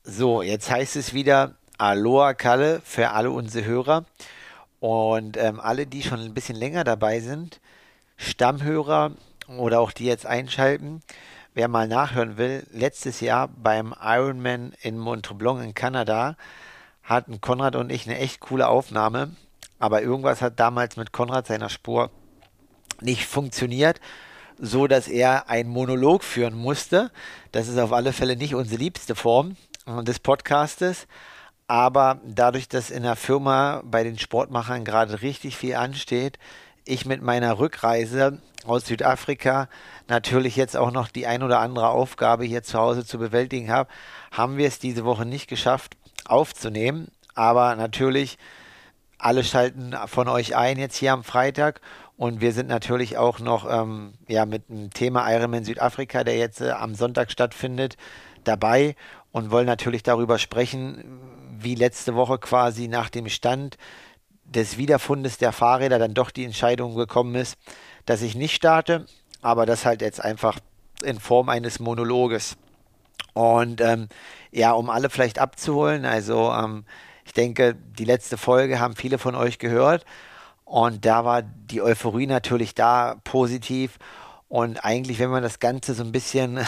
So, jetzt heißt es wieder Aloha Kalle für alle unsere Hörer und alle, die schon ein bisschen länger dabei sind, Stammhörer oder auch die jetzt einschalten. Wer mal nachhören will, letztes Jahr beim Ironman in Mont Tremblant in Kanada hatten Konrad und ich eine echt coole Aufnahme, aber irgendwas hat damals mit Konrad seiner Spur nicht funktioniert, so dass er einen Monolog führen musste. Das ist auf alle Fälle nicht unsere liebste Form des Podcastes. Aber dadurch, dass in der Firma bei den Sportmachern gerade richtig viel ansteht, ich mit meiner Rückreise aus Südafrika natürlich jetzt auch noch die ein oder andere Aufgabe hier zu Hause zu bewältigen habe, haben wir es diese Woche nicht geschafft aufzunehmen. Aber natürlich alle schalten von euch ein jetzt hier am Freitag und wir sind natürlich auch noch ja, mit dem Thema Ironman Südafrika, der jetzt am Sonntag stattfindet, dabei und wollen natürlich darüber sprechen, wie letzte Woche quasi nach dem Stand des Wiederfundes der Fahrräder dann doch die Entscheidung gekommen ist, dass ich nicht starte, aber das halt jetzt einfach in Form eines Monologes. Und ja, um alle vielleicht abzuholen, also ich denke, die letzte Folge haben viele von euch gehört und da war die Euphorie natürlich da positiv und eigentlich, wenn man das Ganze so ein bisschen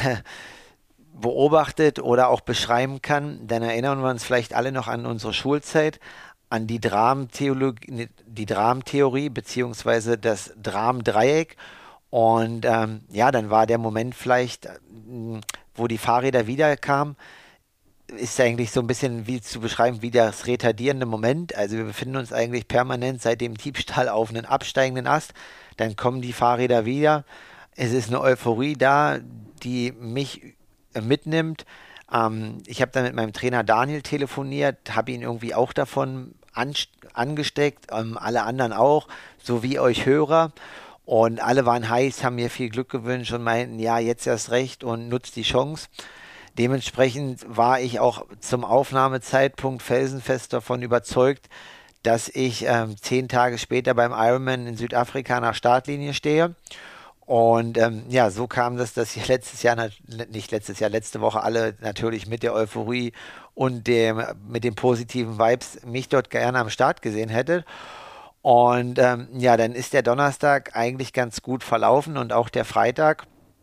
beobachtet oder auch beschreiben kann, dann erinnern wir uns vielleicht alle noch an unsere Schulzeit, an die Dramentheorie beziehungsweise das Dramendreieck. Und ja, dann war der Moment vielleicht, wo die Fahrräder wiederkamen, ist eigentlich so ein bisschen wie zu beschreiben wie das retardierende Moment. Also wir befinden uns eigentlich permanent seit dem Diebstahl auf einen absteigenden Ast. Dann kommen die Fahrräder wieder. Es ist eine Euphorie da, die mich mitnimmt. Ich habe dann mit meinem Trainer Daniel telefoniert, habe ihn irgendwie auch davon angesteckt, alle anderen auch, so wie euch Hörer. Und alle waren heiß, haben mir viel Glück gewünscht und meinten, ja, jetzt erst recht und nutzt die Chance. Dementsprechend war ich auch zum Aufnahmezeitpunkt felsenfest davon überzeugt, dass ich 10 Tage später beim Ironman in Südafrika an der Startlinie stehe. Und ja, so kam das, dass ich letztes Jahr, nicht letztes Jahr, letzte Woche alle natürlich mit der Euphorie und mit den positiven Vibes mich dort gerne am Start gesehen hätte. Und ja, dann ist der Donnerstag eigentlich ganz gut verlaufen und auch der Freitag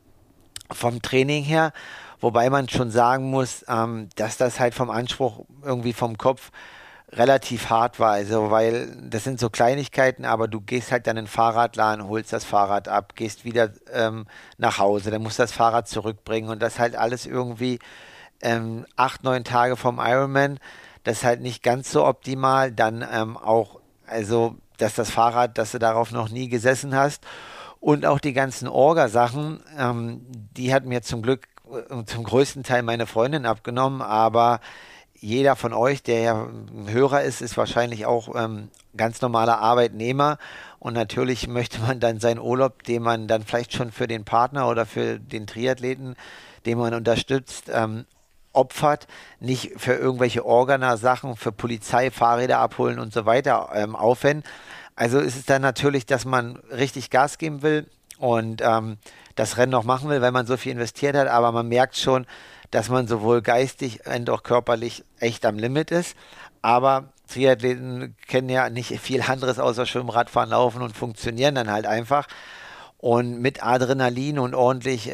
vom Training her. Wobei man schon sagen muss, dass das halt vom Anspruch irgendwie vom Kopf relativ hart war. Also, weil das sind so Kleinigkeiten, aber du gehst halt dann in den Fahrradladen, holst das Fahrrad ab, gehst wieder nach Hause, dann musst du das Fahrrad zurückbringen und das halt alles irgendwie 8, 9 Tage vom Ironman. Das ist halt nicht ganz so optimal. Dann auch, also, dass das Fahrrad, dass du darauf noch nie gesessen hast. Und auch die ganzen Orga-Sachen, die hat mir zum Glück zum größten Teil meine Freundin abgenommen, aber jeder von euch, der ja ein Hörer ist, ist wahrscheinlich auch ganz normaler Arbeitnehmer und natürlich möchte man dann seinen Urlaub, den man dann vielleicht schon für den Partner oder für den Triathleten, den man unterstützt, opfert, nicht für irgendwelche Organa-Sachen, für Polizei, Fahrräder abholen und so weiter aufwenden. Also ist es dann natürlich, dass man richtig Gas geben will und das Rennen noch machen will, weil man so viel investiert hat, aber man merkt schon, dass man sowohl geistig als auch körperlich echt am Limit ist. Aber Triathleten kennen ja nicht viel anderes außer Schwimmen, Radfahren, Laufen und funktionieren dann halt einfach. Und mit Adrenalin und ordentlich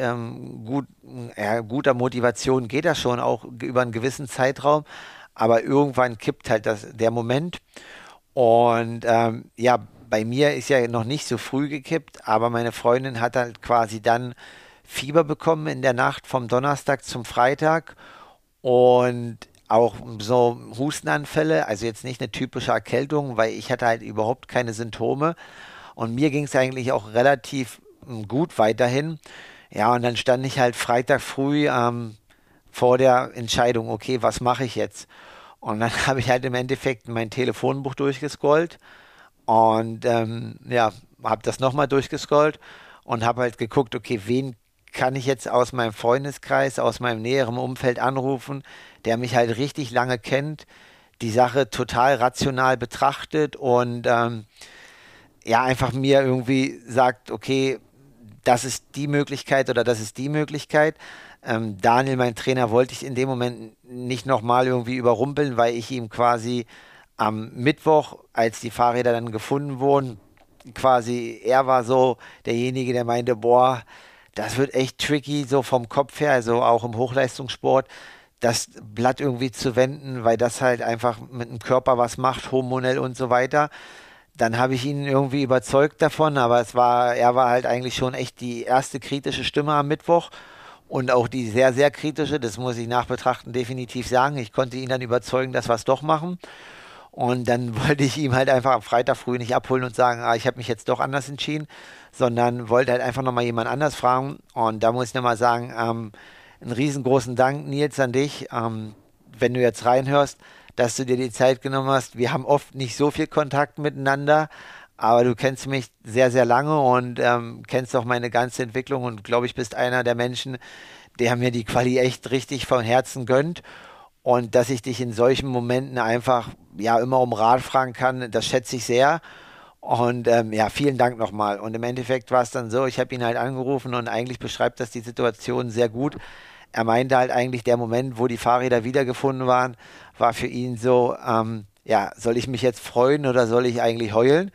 guter Motivation geht das schon auch über einen gewissen Zeitraum. Aber irgendwann kippt halt der Moment. Und ja, bei mir ist ja noch nicht so früh gekippt, aber meine Freundin hat halt quasi dann Fieber bekommen in der Nacht vom Donnerstag zum Freitag und auch so Hustenanfälle, also jetzt nicht eine typische Erkältung, weil ich hatte halt überhaupt keine Symptome und mir ging es eigentlich auch relativ gut weiterhin. Ja, und dann stand ich halt Freitag früh vor der Entscheidung, okay, was mache ich jetzt? Und dann habe ich halt im Endeffekt mein Telefonbuch durchgescrollt und ja, habe das nochmal durchgescrollt und habe halt geguckt, okay, wen kann ich jetzt aus meinem Freundeskreis, aus meinem näheren Umfeld anrufen, der mich halt richtig lange kennt, die Sache total rational betrachtet und ja, einfach mir irgendwie sagt, okay, das ist die Möglichkeit oder das ist die Möglichkeit. Daniel, mein Trainer, wollte ich in dem Moment nicht nochmal irgendwie überrumpeln, weil ich ihm quasi am Mittwoch, als die Fahrräder dann gefunden wurden, quasi, er war so derjenige, der meinte, boah, das wird echt tricky, so vom Kopf her, also auch im Hochleistungssport, das Blatt irgendwie zu wenden, weil das halt einfach mit dem Körper was macht, hormonell und so weiter. Dann habe ich ihn irgendwie überzeugt davon, aber er war halt eigentlich schon echt die erste kritische Stimme am Mittwoch und auch die sehr, sehr kritische, das muss ich nachbetrachten definitiv sagen. Ich konnte ihn dann überzeugen, dass wir es doch machen. Und dann wollte ich ihm halt einfach am Freitag früh nicht abholen und sagen, ich habe mich jetzt doch anders entschieden, sondern wollte halt einfach nochmal jemand anders fragen. Und da muss ich nochmal sagen, einen riesengroßen Dank, Nils, an dich, wenn du jetzt reinhörst, dass du dir die Zeit genommen hast. Wir haben oft nicht so viel Kontakt miteinander, aber du kennst mich sehr, sehr lange und kennst auch meine ganze Entwicklung und glaube ich, bist einer der Menschen, der mir die Quali echt richtig von Herzen gönnt. Und dass ich dich in solchen Momenten einfach ja immer um Rat fragen kann, das schätze ich sehr. Und ja, vielen Dank nochmal. Und im Endeffekt war es dann so, ich habe ihn halt angerufen und eigentlich beschreibt das die Situation sehr gut. Er meinte halt eigentlich, der Moment, wo die Fahrräder wiedergefunden waren, war für ihn so, ja, soll ich mich jetzt freuen oder soll ich eigentlich heulen?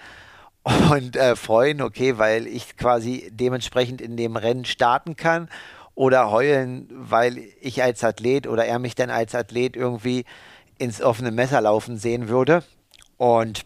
Und freuen, okay, weil ich quasi dementsprechend in dem Rennen starten kann oder heulen, weil ich als Athlet oder er mich dann als Athlet irgendwie ins offene Messer laufen sehen würde. Und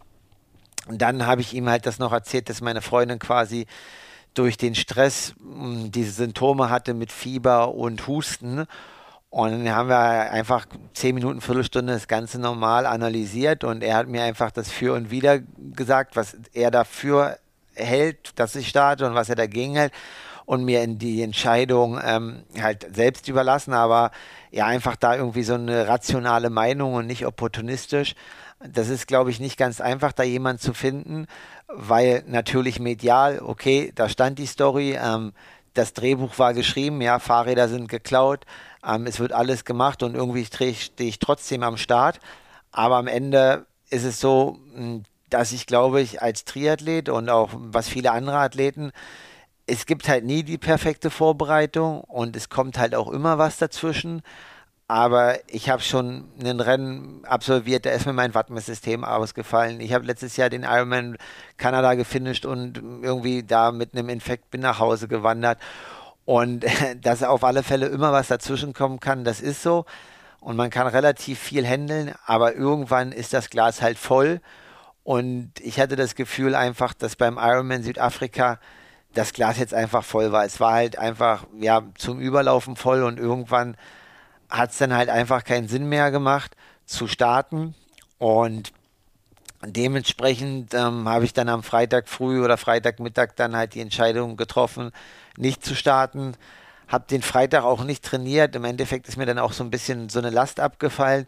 dann habe ich ihm halt das noch erzählt, dass meine Freundin quasi durch den Stress diese Symptome hatte mit Fieber und Husten. Und dann haben wir einfach 10 Minuten, Viertelstunde das Ganze normal analysiert und er hat mir einfach das Für und Wider gesagt, was er dafür hält, dass ich starte und was er dagegen hält und mir in die Entscheidung halt selbst überlassen, aber ja, einfach da irgendwie so eine rationale Meinung und nicht opportunistisch. Das ist, glaube ich, nicht ganz einfach, da jemanden zu finden, weil natürlich medial, okay, da stand die Story, das Drehbuch war geschrieben, ja, Fahrräder sind geklaut, es wird alles gemacht und irgendwie stehe ich trotzdem am Start. Aber am Ende ist es so, dass ich glaube ich als Triathlet und auch was viele andere Athleten, es gibt halt nie die perfekte Vorbereitung und es kommt halt auch immer was dazwischen. Aber ich habe schon ein Rennen absolviert, da ist mir mein Wattmesssystem ausgefallen. Ich habe letztes Jahr den Ironman Kanada gefinisht und irgendwie da mit einem Infekt bin nach Hause gewandert. Und dass auf alle Fälle immer was dazwischen kommen kann, das ist so. Und man kann relativ viel handeln, aber irgendwann ist das Glas halt voll. Und ich hatte das Gefühl einfach, dass beim Ironman Südafrika das Glas jetzt einfach voll war. Es war halt einfach, ja, zum Überlaufen voll und irgendwann hat es dann halt einfach keinen Sinn mehr gemacht zu starten. Und dementsprechend habe ich dann am Freitag früh oder Freitagmittag dann halt die Entscheidung getroffen, nicht zu starten. Habe den Freitag auch nicht trainiert. Im Endeffekt ist mir dann auch so ein bisschen so eine Last abgefallen.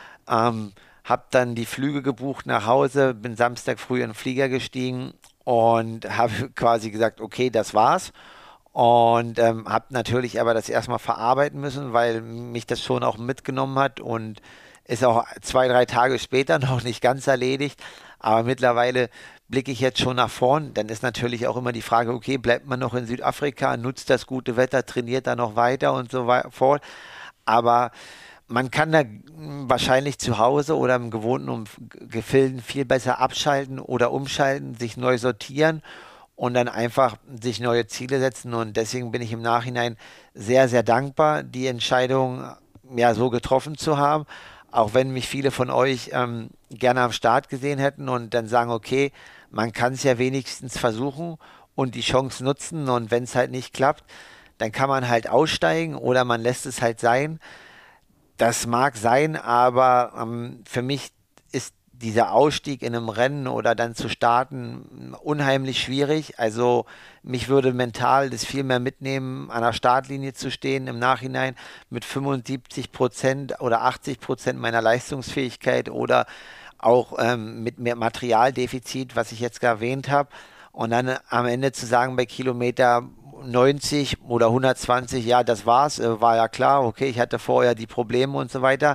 Habe dann die Flüge gebucht nach Hause, bin Samstag früh in den Flieger gestiegen und habe quasi gesagt, okay, das war's. Und habe natürlich aber das erstmal verarbeiten müssen, weil mich das schon auch mitgenommen hat und ist auch 2, 3 Tage später noch nicht ganz erledigt. Aber mittlerweile blicke ich jetzt schon nach vorn. Dann ist natürlich auch immer die Frage, okay, bleibt man noch in Südafrika, nutzt das gute Wetter, trainiert da noch weiter und so fort. Aber man kann da wahrscheinlich zu Hause oder im gewohnten Gefilden viel besser abschalten oder umschalten, sich neu sortieren und dann einfach sich neue Ziele setzen. Und deswegen bin ich im Nachhinein sehr, sehr dankbar, die Entscheidung ja so getroffen zu haben. Auch wenn mich viele von euch gerne am Start gesehen hätten und dann sagen, okay, man kann es ja wenigstens versuchen und die Chance nutzen. Und wenn es halt nicht klappt, dann kann man halt aussteigen oder man lässt es halt sein. Das mag sein, aber für mich ist dieser Ausstieg in einem Rennen oder dann zu starten unheimlich schwierig. Also mich würde mental das viel mehr mitnehmen, an der Startlinie zu stehen im Nachhinein mit 75% oder 80% meiner Leistungsfähigkeit oder auch mit mehr Materialdefizit, was ich jetzt erwähnt habe. Und dann am Ende zu sagen, bei Kilometer 90 oder 120, ja, das war's, war ja klar, okay, ich hatte vorher die Probleme und so weiter.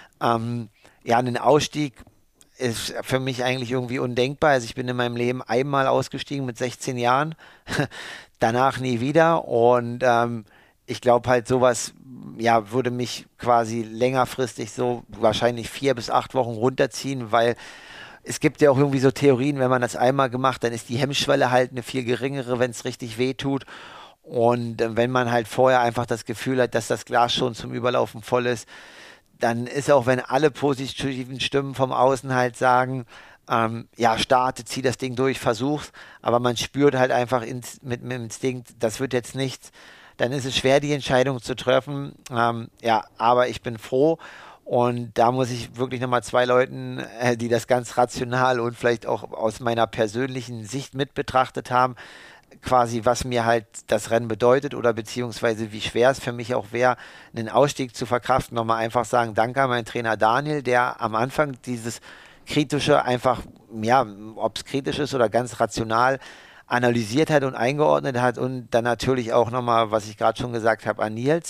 Ja, ein Ausstieg ist für mich eigentlich irgendwie undenkbar. Also ich bin in meinem Leben einmal ausgestiegen mit 16 Jahren, danach nie wieder und ich glaube halt sowas, ja, würde mich quasi längerfristig so wahrscheinlich 4 bis 8 Wochen runterziehen, weil es gibt ja auch irgendwie so Theorien, wenn man das einmal gemacht, dann ist die Hemmschwelle halt eine viel geringere, wenn es richtig weh tut. Und wenn man halt vorher einfach das Gefühl hat, dass das Glas schon zum Überlaufen voll ist, dann ist auch, wenn alle positiven Stimmen vom Außen halt sagen, ja, starte, zieh das Ding durch, versuch's, aber man spürt halt einfach mit dem Instinkt, das wird jetzt nichts, dann ist es schwer, die Entscheidung zu treffen. Ja, aber ich bin froh und da muss ich wirklich nochmal zwei Leuten, die das ganz rational und vielleicht auch aus meiner persönlichen Sicht mit betrachtet haben, quasi, was mir halt das Rennen bedeutet oder beziehungsweise wie schwer es für mich auch wäre, einen Ausstieg zu verkraften. Nochmal einfach sagen, danke an meinen Trainer Daniel, der am Anfang dieses kritische einfach, ja, ob es kritisch ist oder ganz rational analysiert hat und eingeordnet hat und dann natürlich auch nochmal, was ich gerade schon gesagt habe, an Nils.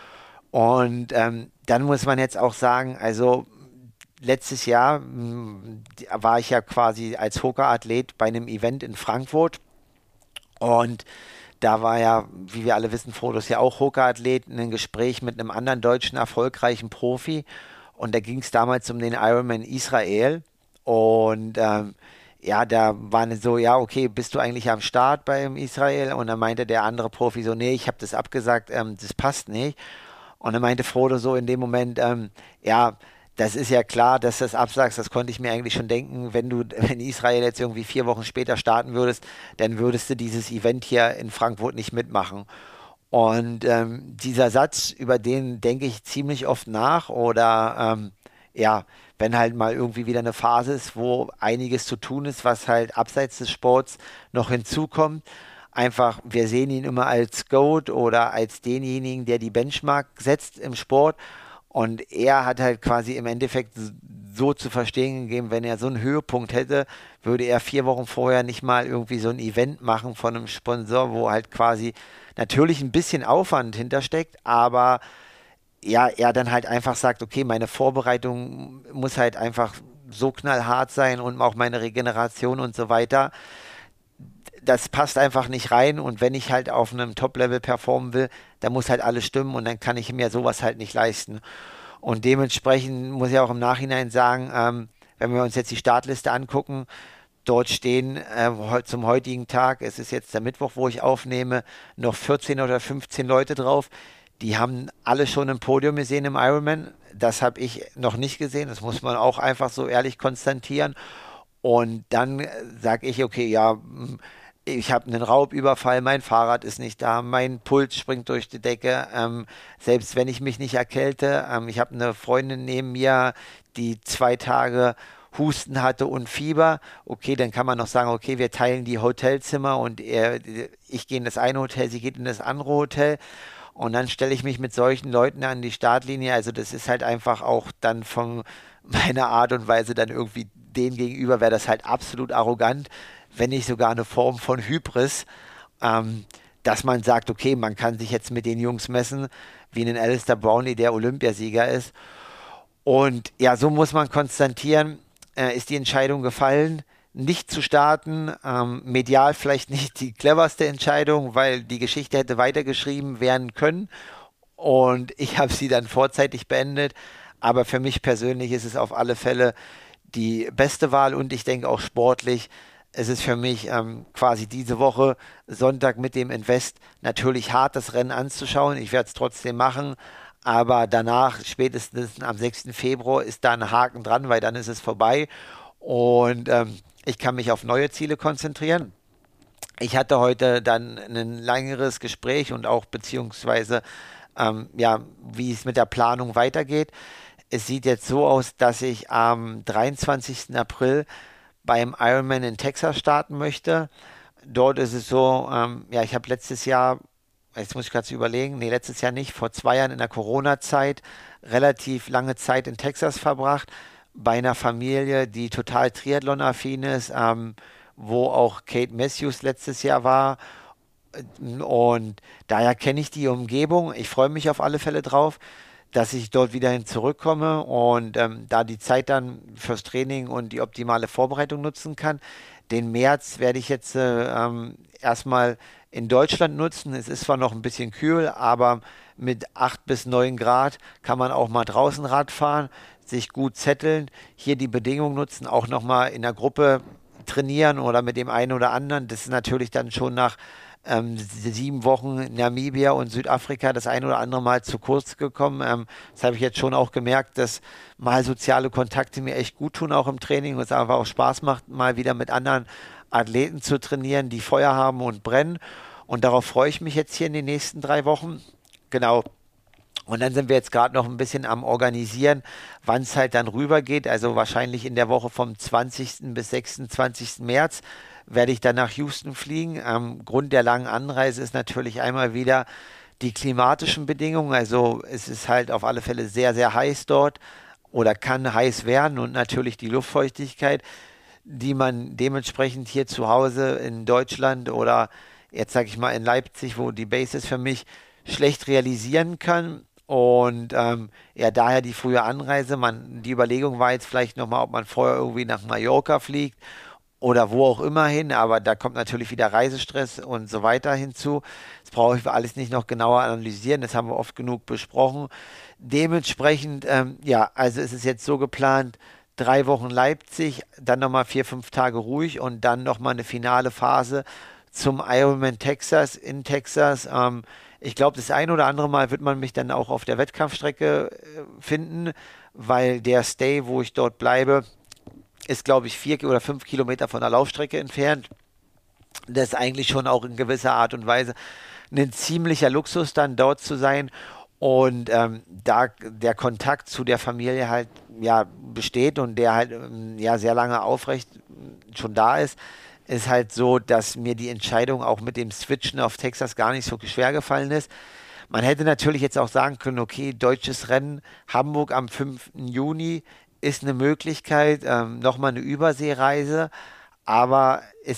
Und dann muss man jetzt auch sagen, also letztes Jahr war ich ja quasi als Hooker-Athlet bei einem Event in Frankfurt und da war ja, wie wir alle wissen, Frodo ist ja auch Hooker-Athlet, ein Gespräch mit einem anderen deutschen erfolgreichen Profi. Und da ging es damals um den Ironman Israel. Und ja, da waren so, ja, okay, bist du eigentlich am Start beim Israel? Und dann meinte der andere Profi so, nee, ich habe das abgesagt, das passt nicht. Und dann meinte Frodo so in dem Moment, ja, das ist ja klar, dass du das absagst, das konnte ich mir eigentlich schon denken, wenn Israel jetzt irgendwie 4 Wochen später starten würdest, dann würdest du dieses Event hier in Frankfurt nicht mitmachen. Und dieser Satz, über den denke ich ziemlich oft nach oder ja, wenn halt mal irgendwie wieder eine Phase ist, wo einiges zu tun ist, was halt abseits des Sports noch hinzukommt. Einfach, wir sehen ihn immer als GOAT oder als denjenigen, der die Benchmark setzt im Sport. Und er hat halt quasi im Endeffekt so zu verstehen gegeben, wenn er so einen Höhepunkt hätte, würde er 4 Wochen vorher nicht mal irgendwie so ein Event machen von einem Sponsor, wo halt quasi natürlich ein bisschen Aufwand hintersteckt, aber ja, er dann halt einfach sagt, okay, meine Vorbereitung muss halt einfach so knallhart sein und auch meine Regeneration und so weiter. Das passt einfach nicht rein und wenn ich halt auf einem Top-Level performen will, dann muss halt alles stimmen und dann kann ich mir sowas halt nicht leisten. Und dementsprechend muss ich auch im Nachhinein sagen, wenn wir uns jetzt die Startliste angucken, dort stehen zum heutigen Tag, es ist jetzt der Mittwoch, wo ich aufnehme, noch 14 oder 15 Leute drauf. Die haben alle schon ein Podium gesehen im Ironman. Das habe ich noch nicht gesehen. Das muss man auch einfach so ehrlich konstatieren. Und dann sage ich, okay, ja, ich habe einen Raubüberfall, mein Fahrrad ist nicht da, mein Puls springt durch die Decke, selbst wenn ich mich nicht erkälte. Ich habe eine Freundin neben mir, die 2 Tage Husten hatte und Fieber. Okay, dann kann man noch sagen, okay, wir teilen die Hotelzimmer und ich gehe in das eine Hotel, sie geht in das andere Hotel. Und dann stelle ich mich mit solchen Leuten an die Startlinie. Also das ist halt einfach auch dann von meiner Art und Weise dann irgendwie denen gegenüber wäre das halt absolut arrogant, wenn nicht sogar eine Form von Hybris, ähm, dass man sagt, okay, man kann sich jetzt mit den Jungs messen, wie einen Alistair Brownlee, der Olympiasieger ist. Und ja, so muss man konstatieren, ist die Entscheidung gefallen, nicht zu starten. Medial vielleicht nicht die cleverste Entscheidung, weil die Geschichte hätte weitergeschrieben werden können. Und ich habe sie dann vorzeitig beendet. Aber für mich persönlich ist es auf alle Fälle die beste Wahl und ich denke auch sportlich. Es ist für mich quasi diese Woche Sonntag mit dem Invest natürlich hart, das Rennen anzuschauen. Ich werde es trotzdem machen. Aber danach, spätestens am 6. Februar, ist da ein Haken dran, weil dann ist es vorbei. Und ich kann mich auf neue Ziele konzentrieren. Ich hatte heute dann ein längeres Gespräch und auch beziehungsweise ja, wie es mit der Planung weitergeht. Es sieht jetzt so aus, dass ich am 23. April beim Ironman in Texas starten möchte. Dort ist es so, ja, ich habe letztes Jahr, jetzt muss ich gerade überlegen, nee, letztes Jahr nicht, vor 2 Jahren in der Corona-Zeit relativ lange Zeit in Texas verbracht, bei einer Familie, die total Triathlon-affin ist, wo auch Kate Matthews letztes Jahr war. Und daher kenne ich die Umgebung. Ich freue mich auf alle Fälle drauf, dass ich dort wieder hin zurückkomme und da die Zeit dann fürs Training und die optimale Vorbereitung nutzen kann. Den März werde ich jetzt erstmal in Deutschland nutzen. Es ist zwar noch ein bisschen kühl, aber mit 8 bis 9 Grad kann man auch mal draußen Rad fahren, sich gut zetteln, hier die Bedingungen nutzen, auch nochmal in der Gruppe trainieren oder mit dem einen oder anderen. Das ist natürlich dann schon nach 7 Wochen Namibia und Südafrika das ein oder andere Mal zu kurz gekommen. Das habe ich jetzt schon auch gemerkt, dass mal soziale Kontakte mir echt gut tun, auch im Training, und es einfach auch Spaß macht, mal wieder mit anderen Athleten zu trainieren, die Feuer haben und brennen. Und darauf freue ich mich jetzt hier in den nächsten 3 Wochen. Genau. Und dann sind wir jetzt gerade noch ein bisschen am Organisieren, wann es halt dann rübergeht. Also wahrscheinlich in der Woche vom 20. bis 26. März werde ich dann nach Houston fliegen. Grund der langen Anreise ist natürlich einmal wieder die klimatischen Bedingungen. Also es ist halt auf alle Fälle sehr, sehr heiß dort oder kann heiß werden, und natürlich die Luftfeuchtigkeit, die man dementsprechend hier zu Hause in Deutschland oder jetzt sage ich mal in Leipzig, wo die Base ist für mich, schlecht realisieren kann. Und ja, daher die frühe Anreise. Die Überlegung war jetzt vielleicht nochmal, ob man vorher irgendwie nach Mallorca fliegt oder wo auch immer hin, aber da kommt natürlich wieder Reisestress und so weiter hinzu. Das brauche ich alles nicht noch genauer analysieren, das haben wir oft genug besprochen. Dementsprechend, ja, also ist es jetzt so geplant: 3 Wochen Leipzig, dann nochmal 4, 5 Tage ruhig und dann nochmal eine finale Phase zum Ironman Texas in Texas. Ich glaube, das ein oder andere Mal wird man mich dann auch auf der Wettkampfstrecke finden, weil der Stay, wo ich dort bleibe, ist, glaube ich, 4 oder 5 Kilometer von der Laufstrecke entfernt. Das ist eigentlich schon auch in gewisser Art und Weise ein ziemlicher Luxus, dann dort zu sein. Und da der Kontakt zu der Familie halt ja besteht und der halt ja sehr lange aufrecht schon da ist halt so, dass mir die Entscheidung auch mit dem Switchen auf Texas gar nicht so schwer gefallen ist. Man hätte natürlich jetzt auch sagen können, okay, deutsches Rennen, Hamburg am 5. Juni ist eine Möglichkeit, nochmal eine Überseereise, aber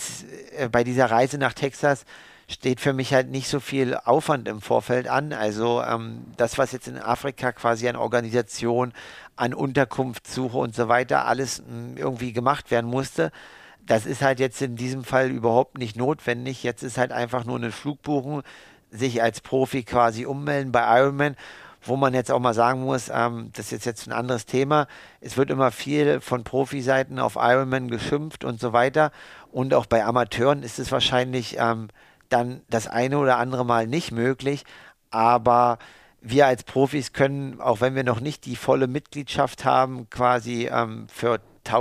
bei dieser Reise nach Texas steht für mich halt nicht so viel Aufwand im Vorfeld an. Also das, was jetzt in Afrika quasi an Organisation, an Unterkunftssuche und so weiter alles irgendwie gemacht werden musste, das ist halt jetzt in diesem Fall überhaupt nicht notwendig. Jetzt ist halt einfach nur eine Flugbuchung, sich als Profi quasi ummelden bei Ironman, wo man jetzt auch mal sagen muss, das ist jetzt ein anderes Thema. Es wird immer viel von Profiseiten auf Ironman geschimpft und so weiter. Und auch bei Amateuren ist es wahrscheinlich dann das eine oder andere Mal nicht möglich. Aber wir als Profis können, auch wenn wir noch nicht die volle Mitgliedschaft haben, quasi für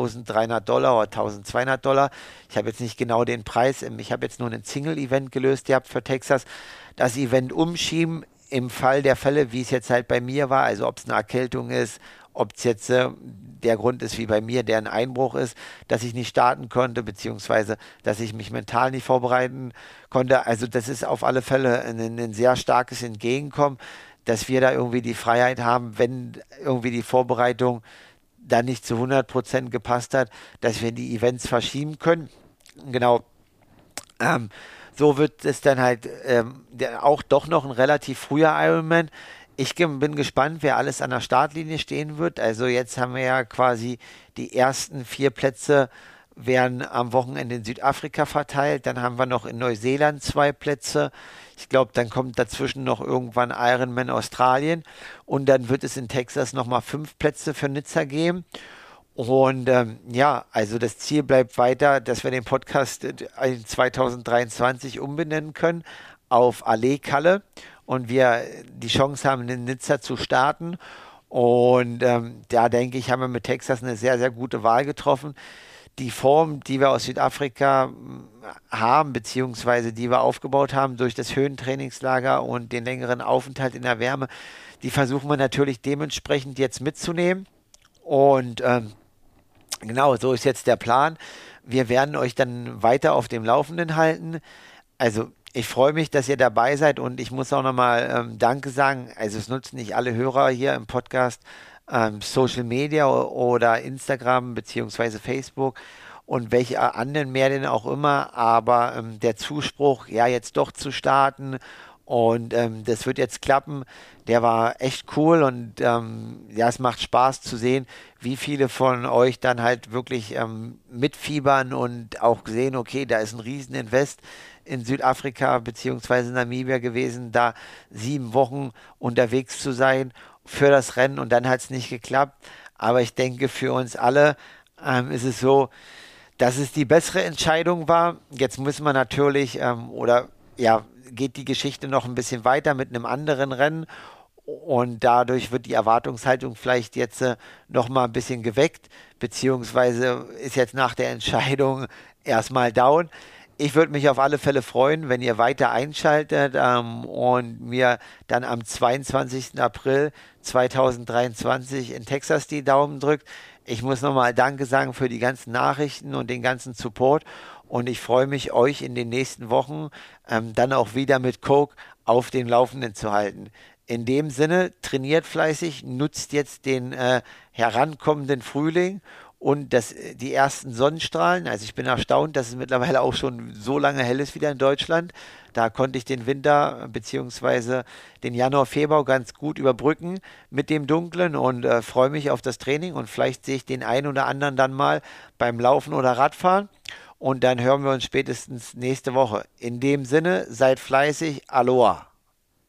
$1.300 oder $1.200. Ich habe jetzt nicht genau den Preis. Ich habe jetzt nur ein Single-Event gelöst gehabt für Texas. Das Event umschieben im Fall der Fälle, wie es jetzt halt bei mir war, also ob es eine Erkältung ist, ob es jetzt der Grund ist, wie bei mir, der ein Einbruch ist, dass ich nicht starten konnte, beziehungsweise dass ich mich mental nicht vorbereiten konnte. Also das ist auf alle Fälle ein sehr starkes Entgegenkommen, dass wir da irgendwie die Freiheit haben, wenn irgendwie die Vorbereitung da nicht zu 100% gepasst hat, dass wir die Events verschieben können. Genau. Ähm, so wird es dann halt auch doch noch ein relativ früher Ironman. Bin gespannt, wer alles an der Startlinie stehen wird. Also jetzt haben wir ja quasi die ersten 4 Plätze werden am Wochenende in Südafrika verteilt. Dann haben wir noch in Neuseeland 2 Plätze. Ich glaube, dann kommt dazwischen noch irgendwann Ironman Australien. Und dann wird es in Texas nochmal 5 Plätze für Nizza geben. Und ja, also das Ziel bleibt weiter, dass wir den Podcast in 2023 umbenennen können auf Allee Kalle und wir die Chance haben, in Nizza zu starten. Und da denke ich, haben wir mit Texas eine sehr, sehr gute Wahl getroffen. Die Form, die wir aus Südafrika haben, beziehungsweise die wir aufgebaut haben durch das Höhentrainingslager und den längeren Aufenthalt in der Wärme, die versuchen wir natürlich dementsprechend jetzt mitzunehmen. Und genau, so ist jetzt der Plan. Wir werden euch dann weiter auf dem Laufenden halten. Also ich freue mich, dass ihr dabei seid, und ich muss auch nochmal Danke sagen. Also es nutzen nicht alle Hörer hier im Podcast Social Media oder Instagram beziehungsweise Facebook und welche anderen Medien auch immer, aber der Zuspruch, ja, jetzt doch zu starten und das wird jetzt klappen, der war echt cool, und ja, es macht Spaß zu sehen, wie viele von euch dann halt wirklich mitfiebern und auch sehen, okay, da ist ein Rieseninvest, in Südafrika beziehungsweise Namibia gewesen, da 7 Wochen unterwegs zu sein für das Rennen und dann hat es nicht geklappt. Aber ich denke, für uns alle ist es so, dass es die bessere Entscheidung war. Jetzt muss man natürlich, oder ja, geht die Geschichte noch ein bisschen weiter mit einem anderen Rennen und dadurch wird die Erwartungshaltung vielleicht jetzt noch mal ein bisschen geweckt, beziehungsweise ist jetzt nach der Entscheidung erstmal down. Ich würde mich auf alle Fälle freuen, wenn ihr weiter einschaltet und mir dann am 22. April 2023 in Texas die Daumen drückt. Ich muss nochmal Danke sagen für die ganzen Nachrichten und den ganzen Support und ich freue mich, euch in den nächsten Wochen dann auch wieder mit Coke auf den Laufenden zu halten. In dem Sinne, trainiert fleißig, nutzt jetzt den herankommenden Frühling und die ersten Sonnenstrahlen. Also ich bin erstaunt, dass es mittlerweile auch schon so lange hell ist wieder in Deutschland. Da konnte ich den Winter beziehungsweise den Januar, Februar ganz gut überbrücken mit dem Dunklen und freue mich auf das Training und vielleicht sehe ich den einen oder anderen dann mal beim Laufen oder Radfahren und dann hören wir uns spätestens nächste Woche. In dem Sinne, seid fleißig, Aloha.